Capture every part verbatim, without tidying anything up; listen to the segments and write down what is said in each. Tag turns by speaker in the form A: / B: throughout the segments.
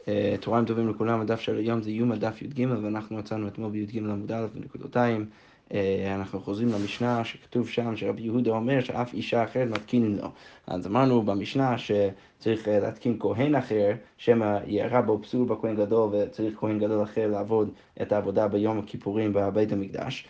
A: תוריים טובים לכולם, הדף של היום זה יום הדף י"ג, ואנחנו מצאנו אתמול בי"ג עמוד א' בנקודותיים. אנחנו חוזרים למשנה שכתוב שם שרבי יהודה אומר שאף אישה אחרת מתקינים לו. אז אמרנו במשנה שצריך להתקין כהן אחר, שמא ירה בו פסול בכהן גדול, וצריך כהן גדול אחר לעבוד את העבודה ביום הכיפורים בבית המקדש.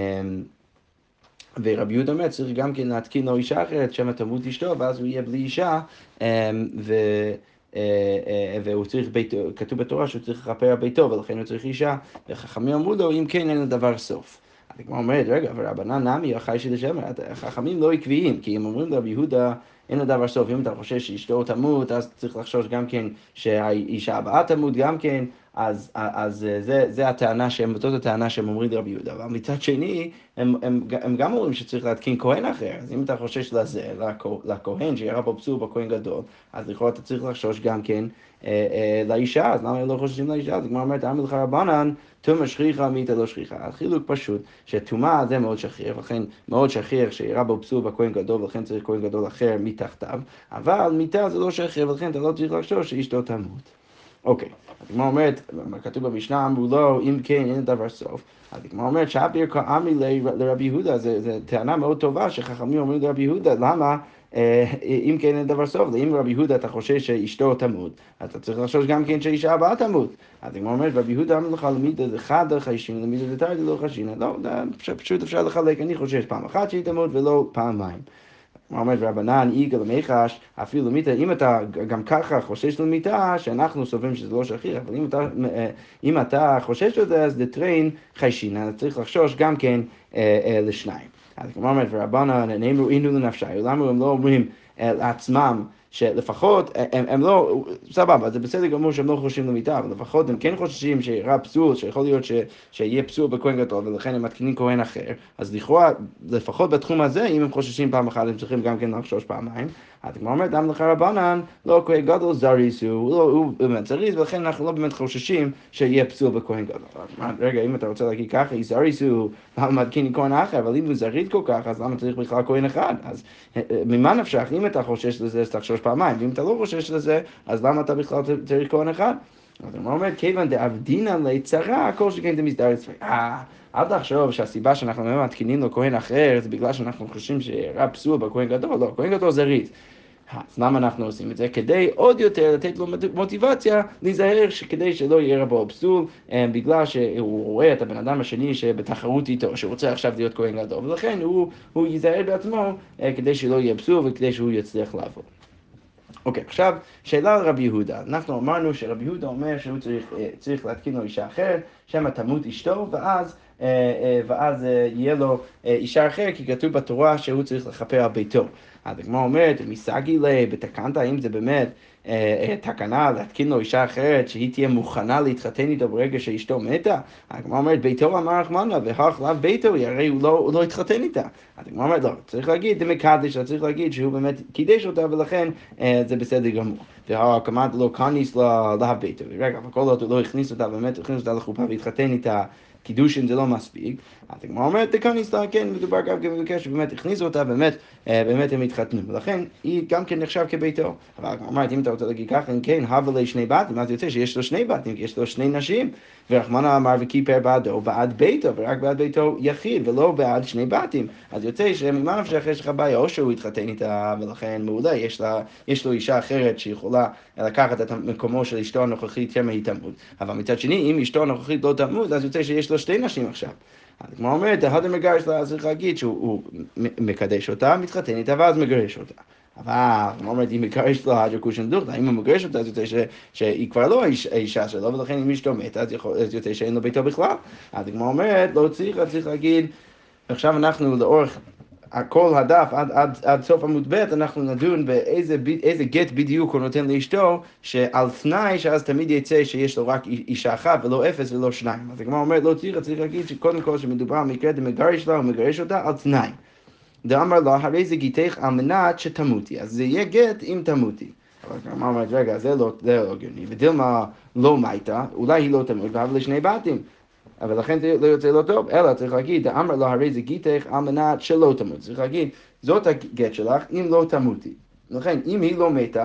A: ורבי יהודה אומר צריך גם כן להתקין לו אישה אחרת, שמא תמות אשתו, ואז הוא יהיה בלי אישה, ו... והוא צריך ביתו, כתוב בתורה שהוא צריך לכפר על ביתו, ולכן הוא צריך אישה, וחכמים אמרו לו, אם כן אין לדבר סוף. אז כמו אומרת, רגע, ורבנן נמי, החי של השמר, החכמים לא עקביים, כי הם אומרים לרבי יהודה, אין לדבר סוף. אם אתה חושב שאשתו תמות, אז צריך לחשוש גם כן שהאישה הבאה תמות גם כן, אז, אז זה, זה הטענה שהם, זאת הטענה שהם אומרים לרבי יהודה. אבל מצד שני, הם, הם, הם גם אומרים שצריך להתקין כהן אחר. אז אם אתה חושש לזה, לכהן שירה בו פסול בכהן גדול, אז לכאורה אתה צריך לחשוש גם כן אה, אה, לאישה. אז למה הם לא חוששים לאישה? אז כמו אומרת, אמר לך רבנן, תומא שכיחה מיתה לא שכיחה. החילוק פשוט, שתומה זה מאוד שכיח, לכן מאוד שכיח שירה בו פסול בכהן גדול, ולכן צריך כהן גדול אחר מתחתיו, אבל מיתה זה לא שכיח, ולכן אתה לא צריך לחשוש שאשתו תמות. אוקיי, אז כמו אומרת, כתוב במשנה, אמרו לו, אם כן, אין דבר סוף. אז כמו אומרת, שאביר כאמרי לרבי יהודה, זו טענה מאוד טובה שחכמים אומרים לרבי יהודה, למה? אם כן אין דבר סוף, אם רבי יהודה אתה חושש שאשתו תמות, אתה צריך לחשוש גם כן שאישה הבאה תמות. אז כמו אומרת, רבי יהודה אמר לך, למידה זה חד חיישין, למידה זה תרד לא חיישין. לא, פשוט אפשר לחלק, אני חושש פעם אחת שהיא תמות ולא פעמיים. הוא אומר, רבנן, איגה למיחש, אפילו למיתה, אם אתה גם ככה חושש למיתה, שאנחנו סוברים שזה לא שכיח, אבל אם אתה, אם אתה חושש לזה, אז לטריין חיישין, אז צריך לחשוש גם כן אה, אה, לשניים. אז כמו אומרת, ורבנן, נאמרו אינו לנפשי, למה הם לא אומרים אה, לעצמם, שלפחות, הם, הם לא, סבבה, זה בסדר גמור שהם לא חוששים למיטה, אבל לפחות הם כן חוששים שיראה פסול, שיכול להיות ש, שיהיה פסול בכהן גדול, ולכן הם מתקינים כהן אחר. אז לכאורה, לפחות בתחום הזה, אם הם חוששים פעם אחת, הם צריכים גם כן לחשוש פעמיים. אז כמו אומרת, דם לך רבנן, לא כהן גדול זריז, הוא, לא, הוא באמת זריז, ולכן אנחנו לא באמת חוששים שיהיה פסול בכהן גדול. רגע, אם אתה רוצה להגיד ככה, זריז הוא מתקין כהן אחר, אבל אם הוא זריז כל כך, אז למה צריך בכלל כהן אחד? אז ממה נפשך? אם אתה חושש לזה, אז תחשוש פעמיים, ואם אתה לא חושש לזה, אז למה אתה בכלל צריך כהן אחד? אז הוא אומר, כיוון דאבדינן ליצרה, כל שכן דמסדר צבאי. אה, אל תחשוב שהסיבה שאנחנו באמת מתקינים לו כהן אחר, זה בגלל שאנחנו חושבים שיראה פסול בכהן גדול, לא, כהן גדול זריז. אז למה אנחנו עושים את זה? כדי עוד יותר לתת לו מוטיבציה להיזהר כדי שלא יהיה בו פסול, בגלל שהוא רואה את הבן אדם השני שבתחרות איתו, שרוצה עכשיו להיות כהן גדול, ולכן הוא, הוא ייזהר בעצמו כדי שלא יהיה פסול וכדי שהוא יצליח לעבוד. אוקיי, עכשיו, שאלה על רבי יהודה. אנחנו אמרנו שרבי יהודה אומר שהוא צריך, צריך להתקין לו אישה אחרת, שמא תמות אשתו, ואז, ואז יהיה לו אישה אחרת, כי כתוב בתורה שהוא צריך לכפר על ביתו. אז כמו אומרת, מסגי לי, בתקנת, האם זה באמת תקנה להתקין לו אישה אחרת, שהיא תהיה מוכנה להתחתן איתו ברגע שאשתו מתה? כמו אומרת, ביתו אמר רחמנא, והך לאו ביתו, הרי הוא לא, הוא לא התחתן איתה. אז כמו אומרת, לא, צריך להגיד, דמקדש, צריך להגיד שהוא באמת קידש אותה, ולכן זה בסדר גמור. והקמת לא כניס לה ביתו. רגע, אבל כל עוד הוא לא הכניס אותה, באמת הכניס אותה לחופה והתחתן איתה, קידושין זה לא מספיק. אז כמו אומרת, תכניס לה, כן, מדובר גם כמבקר שבאמת הכניסו אותה, באמת, באמת הם התחתנו. ולכן היא גם כן נחשב כביתו. אבל כמו אומרת, אם אתה רוצה להגיד ככה, אם כן, הווה לי שני בתים, אז יוצא שיש לו שני בתים, כי יש לו שני נשים. ורחמנא אמר וכיפר בעדו, בעד ביתו, ורק בעד ביתו יחיד, ולא בעד שני בתים. אז יוצא שממה נפשך יש לך בעיה, או שהוא התחתן איתה, ולכן מעולה, יש, לה, יש לו אישה אחרת שיכולה לקחת את מקומו של אשתו הנוכחית, שמא היא תמות. אבל מצד שני, אם אשתו הנוכחית לא תמות, אז יוצא שיש לו שתי נשים עכשיו. אז כמו אומרת, ההדר מגרש לה, צריך להגיד שהוא מקדש אותה, מתחתן איתה, ואז מגרש אותה. אבל, כמו אומרת, אם מגרש לו הדר קושן דוכתא, אם הוא מגרש אותה, אז יוצא שהיא כבר לא האישה שלו, ולכן אם אשתו מתה, אז יוצא שאין לו ביתו בכלל. אז כמו אומרת, לא צריך, צריך להגיד, עכשיו אנחנו לאורך כל הדף, עד, עד, עד סוף עמוד ב', אנחנו נדון באיזה איזה גט בדיוק הוא נותן לאשתו, שעל תנאי שאז תמיד יצא שיש לו רק אישה אחת ולא אפס ולא שניים. אז כמו אומרת, לא צריך, צריך להגיד שקודם כל שמדובר על מקרה דמגרש לה, הוא מגרש אותה על תנאי. דאמר לה, הרי זה גיתך על מנת שתמותי, אז זה יהיה גט אם תמותי. אבל כמו אומרת, רגע, זה לא, זה לא גרני, ודילמה לא מייתה, אולי היא לא תמות, אבל לשני בתים. אבל לכן זה לא יוצא לא טוב, אלא צריך להגיד, דאמר לה, הרי זה גיתך על מנת שלא תמות. צריך להגיד, זאת הגט שלך אם לא תמותי. לכן, אם היא לא מתה,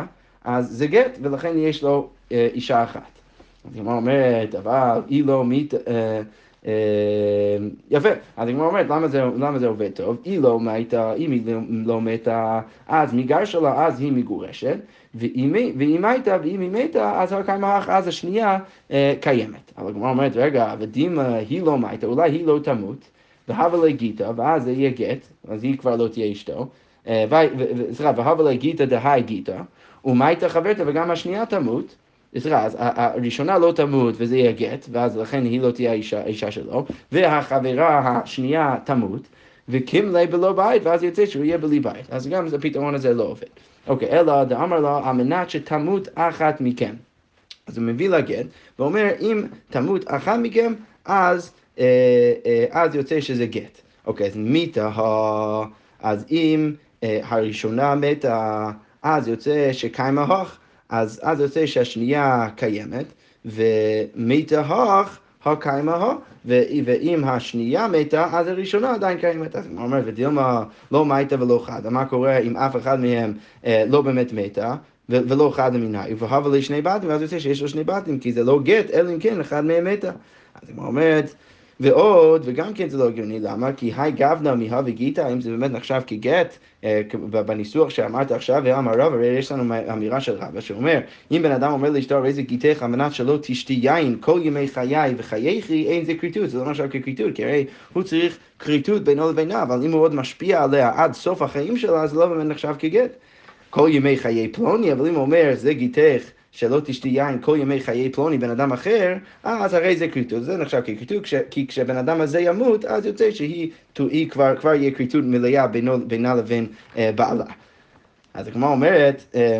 A: אז זה גט, ולכן יש לו אה, אישה אחת. אז הגמרא אומרת, אבל היא לא מת... אה, אה, יפה, אז הגמרא אומרת, למה זה, למה זה עובד טוב? היא לא מתה, אם היא לא, לא מתה, אז מגרש לה, אז היא מגורשת, ואם מתה, ואם היא מתה, אז הקיימך, אז השנייה אה, קיימת. אבל הגמרא אומרת, רגע, ודים היא לא מתה, אולי היא לא תמות, והבה לגיתא, ואז זה יהיה גט, אז היא כבר לא תהיה אשתו, סליחה, והבה לגיתא דהי גיתא, ומתה חברתה וגם השנייה תמות, סליחה, אז הראשונה לא תמות וזה יהיה גט, ואז לכן היא לא תהיה האישה, האישה שלו, והחברה השנייה תמות, וקימלי בלא בית, ואז יוצא שהוא יהיה בלי בית. אז גם הפתרון הזה לא עובד. אוקיי, אלא דאמר לו, על מנת שתמות אחת מכם. אז הוא מביא לה גט, ואומר, אם תמות אחת מכם, אז, אה, אה, אז יוצא שזה גט. אוקיי, אז מיתה, אז אם אה, הראשונה מתה, אז יוצא שקיימה הוך, אז אז יוצא שהשנייה קיימת, ומתה הוך, הקיימה הוך, ואם השנייה מתה, אז הראשונה עדיין קיימת. אז הוא אומר, ודילמה לא מתה ולא חדה, מה קורה אם אף אחד מהם אה, לא באמת מתה, ולא חד המנהי, והבה לי שני בתים, ואז יוצא שיש לו שני בתים, כי זה לא גט, אלא אם כן אחד מהם מתה. אז היא אומרת, ועוד, וגם כן זה לא הגיוני, למה? כי היי גבנה מהווה גיתא, אם זה באמת נחשב כגט, בניסוח שאמרת עכשיו, ואמר רב, הרי יש לנו אמירה של רבא, שאומר, אם בן אדם אומר לאשתו, הרי זה גיתך, על מנת שלא תשתי יין כל ימי חיי וחייכי, אין זה כריתות, זה לא נחשב ככריתות, כי הרי הוא צריך כריתות בינו לבינה, אבל אם הוא עוד משפיע עליה עד סוף החיים שלה, אז לא באמת נחשב כגט. כל ימי חיי פלוני, אבל אם הוא אומר, זה גיתך, שלא תשתי יין כל ימי חיי פלוני בן אדם אחר, אז הרי זה כריתות, זה נחשב ככריתות, כי כשבן אדם הזה ימות, אז יוצא שהיא היא כבר, כבר יהיה כריתות מלאה בינו, בינה לבין אה, בעלה. אז הגמרא אומרת, אה,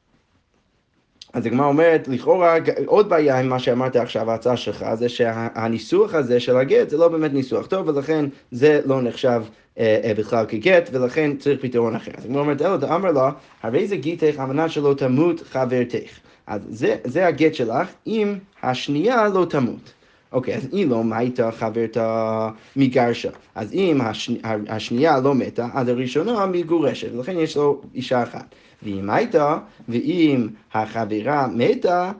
A: אז הגמרא אומרת, לכאורה, עוד בעיה עם מה שאמרת עכשיו, ההצעה שלך, זה שהניסוח הזה של הגט, זה לא באמת ניסוח טוב, ולכן זה לא נחשב אה, אה, בכלל כגט, ולכן צריך פתרון אחר. אז הגמרא אומרת, אלא דאמר לה, הרי זה גיתך, על מנת שלא תמות חברתך. אז זה, זה הגט שלך, אם השנייה לא תמות. אוקיי, אז אם לא מתה חברתה מגרשה. אז אם השני, השנייה לא מתה, אז הראשונה מגורשת, ולכן יש לו אישה אחת. ואם הייתה, ואם החברה מתה,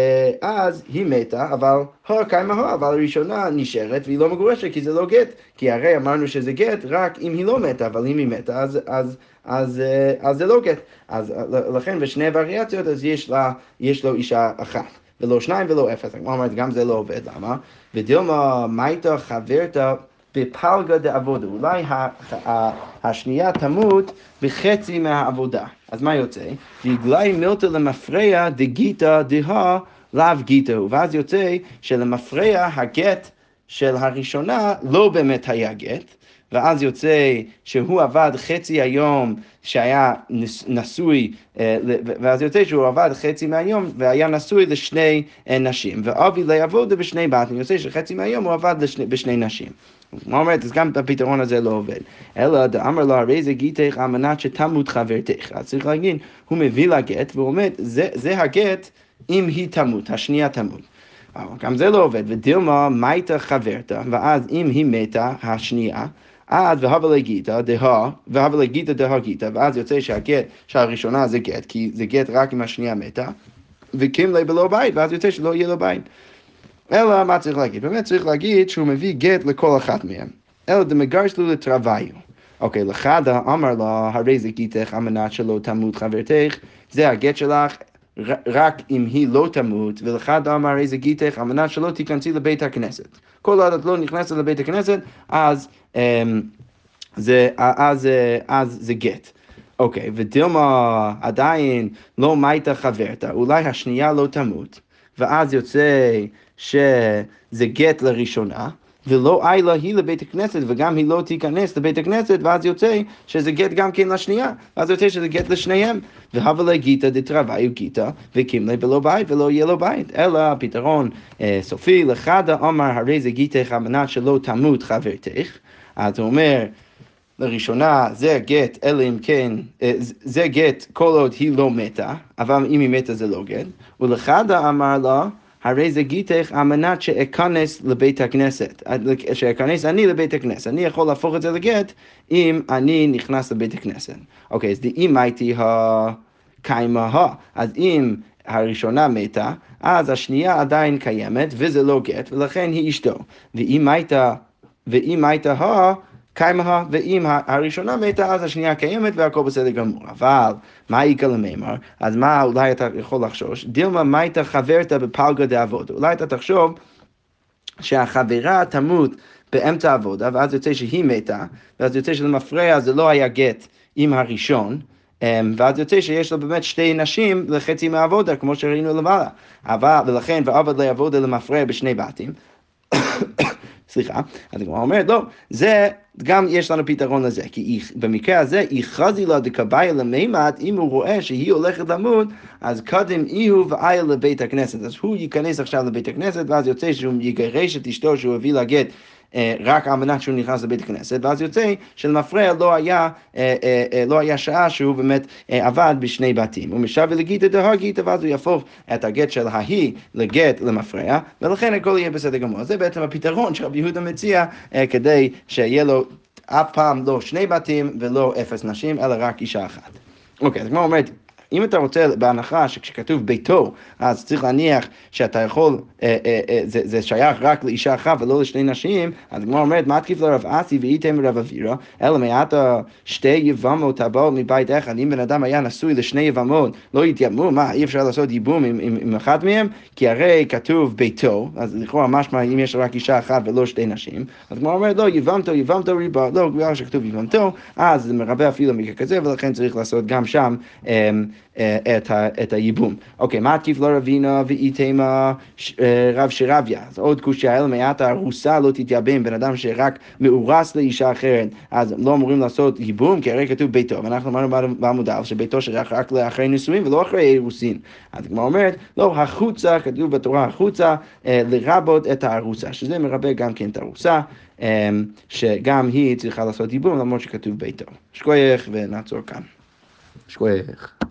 A: אז היא מתה, אבל הקיימה, אבל הראשונה נשארת והיא לא מגורשת, כי זה לא גט. כי הרי אמרנו שזה גט רק אם היא לא מתה, אבל אם היא מתה, אז, אז, אז, אז זה לא גט. אז לכן בשני וריאציות, אז יש, לה, יש לו אישה אחת. ולא שניים ולא אפס. כמו אומרת, גם זה לא עובד, למה? ודילמה מתה חברתה בפלגה דעבודה. אולי השנייה תמות בחצי מהעבודה. אז מה יוצא? והגלי מילתא למפרע דגיתא דה לאו גיתא. ואז יוצא שלמפרע הגט של הראשונה לא באמת היה גט. ואז יוצא שהוא עבד חצי היום שהיה נשוי, ואז יוצא שהוא עבד חצי מהיום והיה נשוי לשני נשים, ואבי לעבודה בשני בתים, יוצא שחצי מהיום הוא עבד בשני נשים. מה אומרת? אז גם הפתרון הזה לא עובד. אלא דאמר לו, הרי זה גיתך על מנת שתמות חברתך. אז צריך להגיד, הוא מביא לה גט, והוא אומר, זה, זה הגט אם היא תמות, השנייה תמות. גם זה לא עובד, ודילמה מתה חברתה, ואז אם היא מתה, השנייה, אז והבה לגיתא דה, והבה לגיתא דה גיתא, ואז יוצא שהגט, שהראשונה זה גט, כי זה גט רק אם השנייה מתה, וקימלי בלא בית, ואז יוצא שלא יהיה לו בית. אלא מה צריך להגיד? באמת צריך להגיד שהוא מביא גט לכל אחת מהם. אלא דמגרש לו לתרוויו. אוקיי, לחדה אמר לה, הרי זה גיתך על מנת שלא תמות חברתך, זה הגט שלך, רק אם היא לא תמות, ולחדה אמר הרי זה גיתך על מנת שלא תיכנסי לבית הכנסת. כל עוד את לא נכנסת לבית הכנסת, אז זה, אז, אז זה גט. אוקיי, ודילמה עדיין לא מתה חברתה, אולי השנייה לא תמות, ואז יוצא שזה גט לראשונה, ולא איילה היא לבית הכנסת, וגם היא לא תיכנס לבית הכנסת, ואז יוצא שזה גט גם כן לשנייה, ואז יוצא שזה גט לשניהם, והבה לה גיתא דתרוויו גיתא, וקימלי בלא בית, ולא יהיה לו בית. אלא הפתרון אה, סופי, לחדה אמר הרי זה גיתך על מנת שלא תמות חברתך, אז הוא אומר, לראשונה זה גט, אלא אם כן, זה גט כל עוד היא לא מתה, אבל אם היא מתה זה לא גט, ולחדה אמר לה, הרי זה גיתך על מנת שאכנס לבית הכנסת, שאכנס אני לבית הכנסת, אני יכול להפוך את זה לגט אם אני נכנס לבית הכנסת. אוקיי, אז אם הייתי קיימה. אז אם הראשונה מתה, אז השנייה עדיין קיימת, וזה לא גט, ולכן היא אשתו. ואם הייתה, ואם הייתה ה, קיימה, ואם הראשונה מתה, אז השנייה קיימת, והכל בסדר גמור. אבל, מה יקרה למימר? אז מה אולי אתה יכול לחשוש? דילמה, מה הייתה חברתה בפלגה דעבודה? אולי אתה תחשוב שהחברה תמות באמצע העבודה, ואז יוצא שהיא מתה, ואז יוצא שלמפרע זה לא היה גט עם הראשון, ואז יוצא שיש לו באמת שתי נשים לחצי מהעבודה, כמו שראינו למעלה. אבל, ולכן, ועבד לעבודה למפרע בשני בתים. סליחה, אז הוא אומר, לא, זה, גם יש לנו פתרון לזה, כי במקרה הזה, יחזי לה דקבאי למימד, אם הוא רואה שהיא הולכת למות, אז קודם איהו ואיל לבית הכנסת, אז הוא ייכנס עכשיו לבית הכנסת, ואז יוצא שהוא יגרש את אשתו שהוא הביא לגט, רק על מנת שהוא נכנס לבית הכנסת, ואז יוצא שלמפרע לא היה, לא היה שעה שהוא באמת עבד בשני בתים. הוא משווה לגיטה דהגית, ואז הוא יהפוך את הגט של ההיא לגט למפרע, ולכן הכל יהיה בסדר גמור. זה בעצם הפתרון שרבי יהודה מציע, כדי שיהיה לו אף פעם לא שני בתים ולא אפס נשים, אלא רק אישה אחת. אוקיי, אז כמו אומרת, אם אתה רוצה בהנחה שכשכתוב ביתו, אז צריך להניח שאתה יכול, אה, אה, אה, זה, זה שייך רק לאישה אחת ולא לשני נשים, אז כמו אומרת, מה תקיף לרב אסי ואיתם רב אבירה, אלא מעתה שתי יבמות הבאות מבית אחד, אם בן אדם היה נשוי לשני יבמות, לא יתייבמו, מה, אי אפשר לעשות ייבום עם, עם, עם אחת מהם? כי הרי כתוב ביתו, אז לכאורה משמע אם יש רק אישה אחת ולא שתי נשים, אז כמו אומרת, לא, יבמתו, יבמתו ריבה, לא, כבר שכתוב יבמתו, אז זה מרבה אפילו מקרה כזה, ולכן צריך לעשות גם שם, אה, את, ה, את הייבום. אוקיי, מה תקיף לא רבינה ואיתמה רב שרביה? אז עוד קושיה, אלא מעט הרוסה לא תתייבם, בן אדם שרק מאורס לאישה אחרת, אז לא אמורים לעשות ייבום, כי הרי כתוב ביתו, ואנחנו אמרנו בעמוד א' שביתו שרק רק לאחרי נישואים ולא אחרי אירוסין. אז כמו אומרת, לא, החוצה, כתוב בתורה החוצה, לרבות את הארוסה, שזה מרבה גם כן את הארוסה, שגם היא צריכה לעשות ייבום, למרות שכתוב ביתו. שכוייך ונעצור כאן. שכוייך.